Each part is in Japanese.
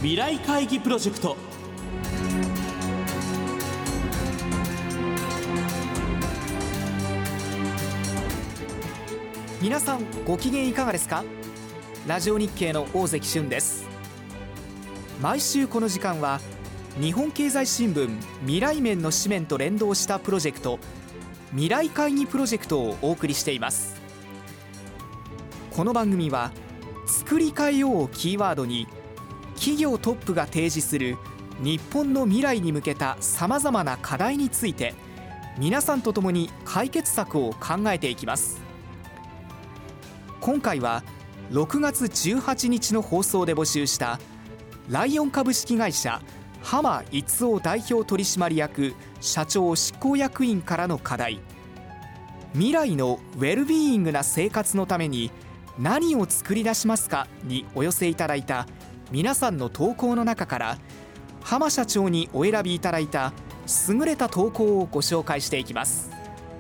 未来会議プロジェクト。 皆さんご機嫌いかがですか？ラジオ日経の大関俊です。毎週この時間は日本経済新聞未来面の紙面と連動したプロジェクト、未来会議プロジェクトをお送りしています。この番組は作り変えようをキーワードに、企業トップが提示する日本の未来に向けたさまざまな課題について、皆さんと共に解決策を考えていきます。今回は6月18日の放送で募集したライオン株式会社浜逸夫代表取締役社長執行役員からの課題、未来のウェルビーイングな生活のために何を作り出しますかにお寄せいただいた皆さんの投稿の中から、浜社長にお選びいただいた優れた投稿をご紹介していきます。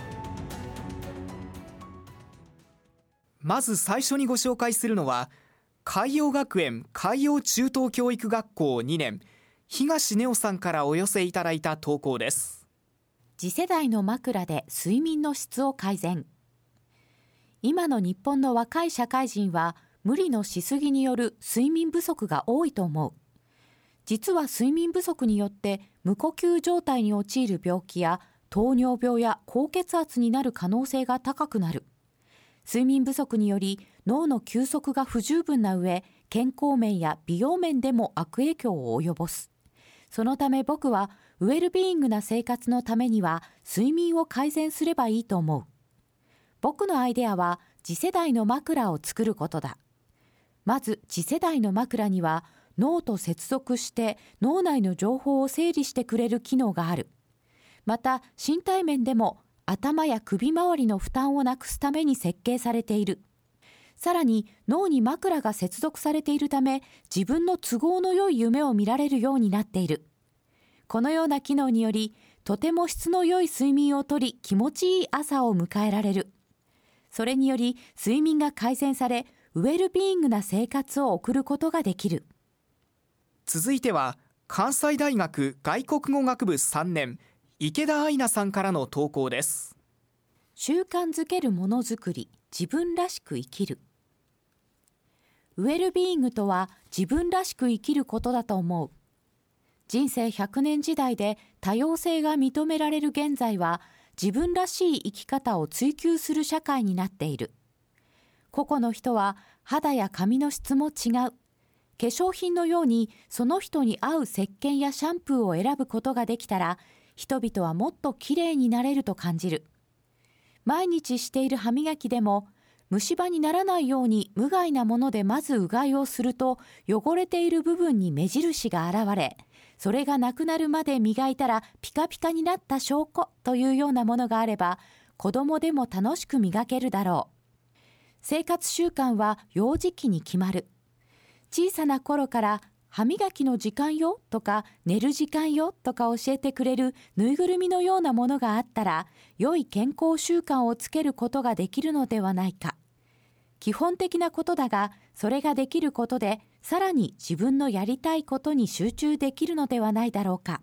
まず最初にご紹介するのは、海洋学園海洋中等教育学校2年東根夫さんからお寄せいただいた投稿です。 次世代の枕で睡眠の質を改善。今の日本の若い社会人は無理のしすぎによる睡眠不足が多いと思う。実は睡眠不足によって無呼吸状態に陥る病気や糖尿病や高血圧になる可能性が高くなる。睡眠不足により脳の休息が不十分な上、健康面や美容面でも悪影響を及ぼす。そのため僕はウェルビーイングな生活のためには睡眠を改善すればいいと思う。僕のアイデアは次世代の枕を作ることだ。まず次世代の枕には脳と接続して脳内の情報を整理してくれる機能がある。また身体面でも頭や首周りの負担をなくすために設計されている。さらに脳に枕が接続されているため、自分の都合の良い夢を見られるようになっている。このような機能により、とても質の良い睡眠をとり、気持ちいい朝を迎えられる。それにより睡眠が改善され、ウェルビーイングな生活を送ることができる。 続いては関西大学外国語学部3年池田愛菜さんからの投稿です。 習慣づけるものづくり、自分らしく生きる。ウェルビーイングとは自分らしく生きることだと思う。人生100年時代で多様性が認められる現在は、自分らしい生き方を追求する社会になっている。個々の人は肌や髪の質も違う。化粧品のようにその人に合う石鹸やシャンプーを選ぶことができたら、人々はもっときれいになれると感じる。毎日している歯磨きでも、虫歯にならないように無害なものでまずうがいをすると、汚れている部分に目印が現れ、それがなくなるまで磨いたらピカピカになった証拠というようなものがあれば、子供でも楽しく磨けるだろう。生活習慣は幼児期に決まる。小さな頃から歯磨きの時間よとか寝る時間よとか教えてくれるぬいぐるみのようなものがあったら、良い健康習慣をつけることができるのではないか。基本的なことだが、それができることでさらに自分のやりたいことに集中できるのではないだろうか。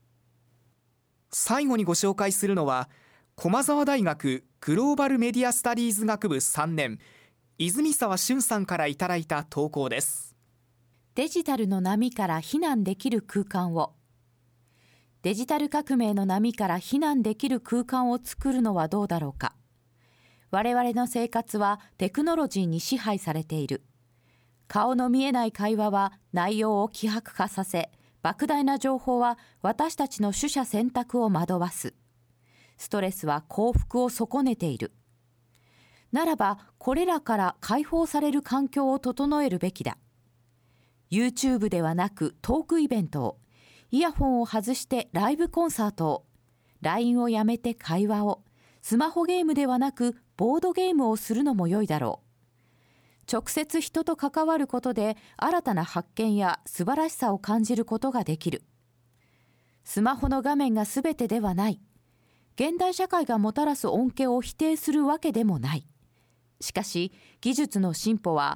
最後にご紹介するのは、駒澤大学グローバルメディアスタディーズ学部3年泉沢俊さんからいただいた投稿です。 デジタルの波から避難できる空間を。デジタル革命の波から避難できる空間を作るのはどうだろうか。我々の生活はテクノロジーに支配されている。顔の見えない会話は内容を希薄化させ、莫大な情報は私たちの取捨選択を惑わす。ストレスは幸福を損ねている。ならば、これらから解放される環境を整えるべきだ。YouTube ではなくトークイベントを、イヤホンを外してライブコンサートを、LINE をやめて会話を、スマホゲームではなくボードゲームをするのも良いだろう。直接人と関わることで新たな発見や素晴らしさを感じることができる。スマホの画面が全てではない。現代社会がもたらす恩恵を否定するわけでもない。しかし、技術の進歩は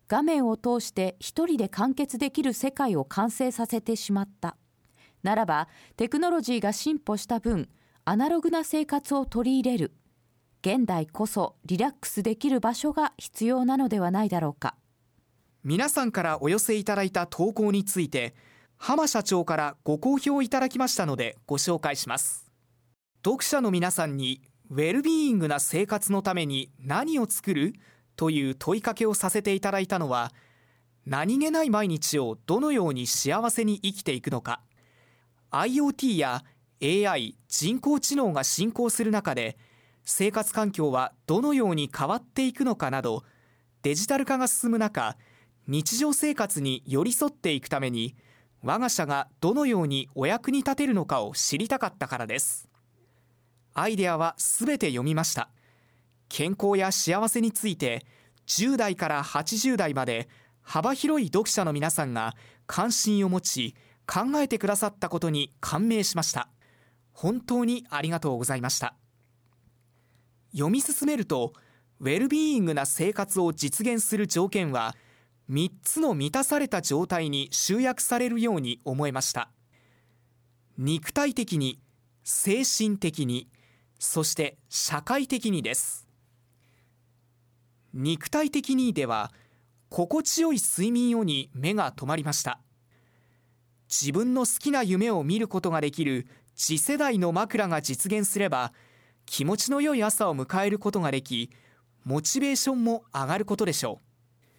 画面を通して一人で完結できる世界を完成させてしまった。ならば、テクノロジーが進歩した分、アナログな生活を取り入れる。現代こそリラックスできる場所が必要なのではないだろうか。 皆さんからお寄せいただいた投稿について、浜社長からご好評いただきましたのでご紹介します。読者の皆さんにウェルビーイングな生活のために何を作るという問いかけをさせていただいたのは、何気ない毎日をどのように幸せに生きていくのか、IoT や AI 人工知能が進行する中で生活環境はどのように変わっていくのかなど、デジタル化が進む中、日常生活に寄り添っていくために我が社がどのようにお役に立てるのかを知りたかったからです。アイデアはすべて読みました。健康や幸せについて10代から80代まで幅広い読者の皆さんが関心を持ち考えてくださったことに感銘しました。本当にありがとうございました。読み進めると、ウェルビーイングな生活を実現する条件は3つの満たされた状態に集約されるように思えました。肉体的に、精神的に、そして社会的にです。肉体的にでは、心地よい睡眠をに目が止まりました。自分の好きな夢を見ることができる次世代の枕が実現すれば、気持ちの良い朝を迎えることができ、モチベーションも上がることでしょう。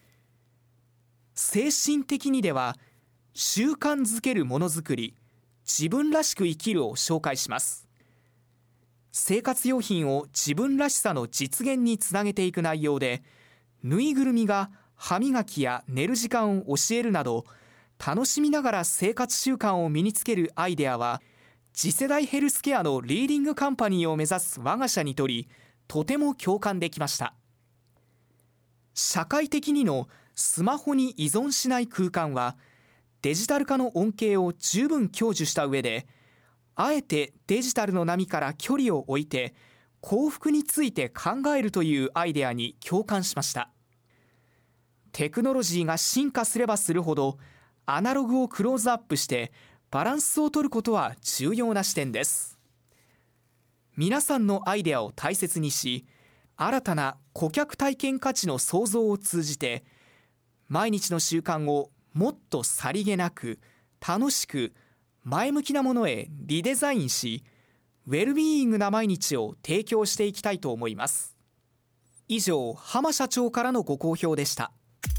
精神的にでは、習慣づけるものづくり、自分らしく生きるを紹介します。生活用品を自分らしさの実現につなげていく内容で、ぬいぐるみが歯磨きや寝る時間を教えるなど、楽しみながら生活習慣を身につけるアイデアは、次世代ヘルスケアのリーディングカンパニーを目指す我が社にとり、とても共感できました。社会的にのスマホに依存しない空間は、デジタル化の恩恵を十分享受した上で、あえてデジタルの波から距離を置いて、幸福について考えるというアイデアに共感しました。テクノロジーが進化すればするほど、アナログをクローズアップしてバランスを取ることは重要な視点です。皆さんのアイデアを大切にし、新たな顧客体験価値の創造を通じて、毎日の習慣をもっとさりげなく、楽しく、前向きなものへリデザインし、ウェルビーイングな毎日を提供していきたいと思います。以上、浜社長からのご好評でした。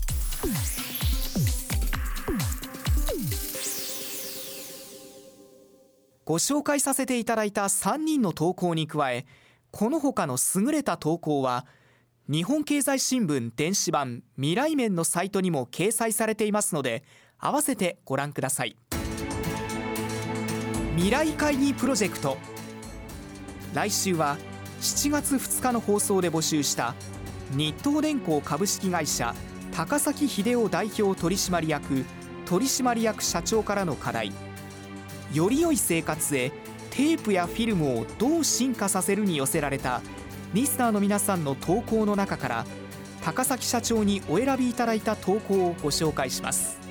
ご紹介させていただいた3人の投稿に加え、この他の優れた投稿は、日本経済新聞電子版未来面のサイトにも掲載されていますので、合わせてご覧ください。未来会議プロジェクト。来週は7月2日の放送で募集した日東電工株式会社高崎秀夫代表取締役取締役社長からの課題、より良い生活へテープやフィルムをどう進化させるに寄せられたリスナーの皆さんの投稿の中から、高崎社長にお選びいただいた投稿をご紹介します。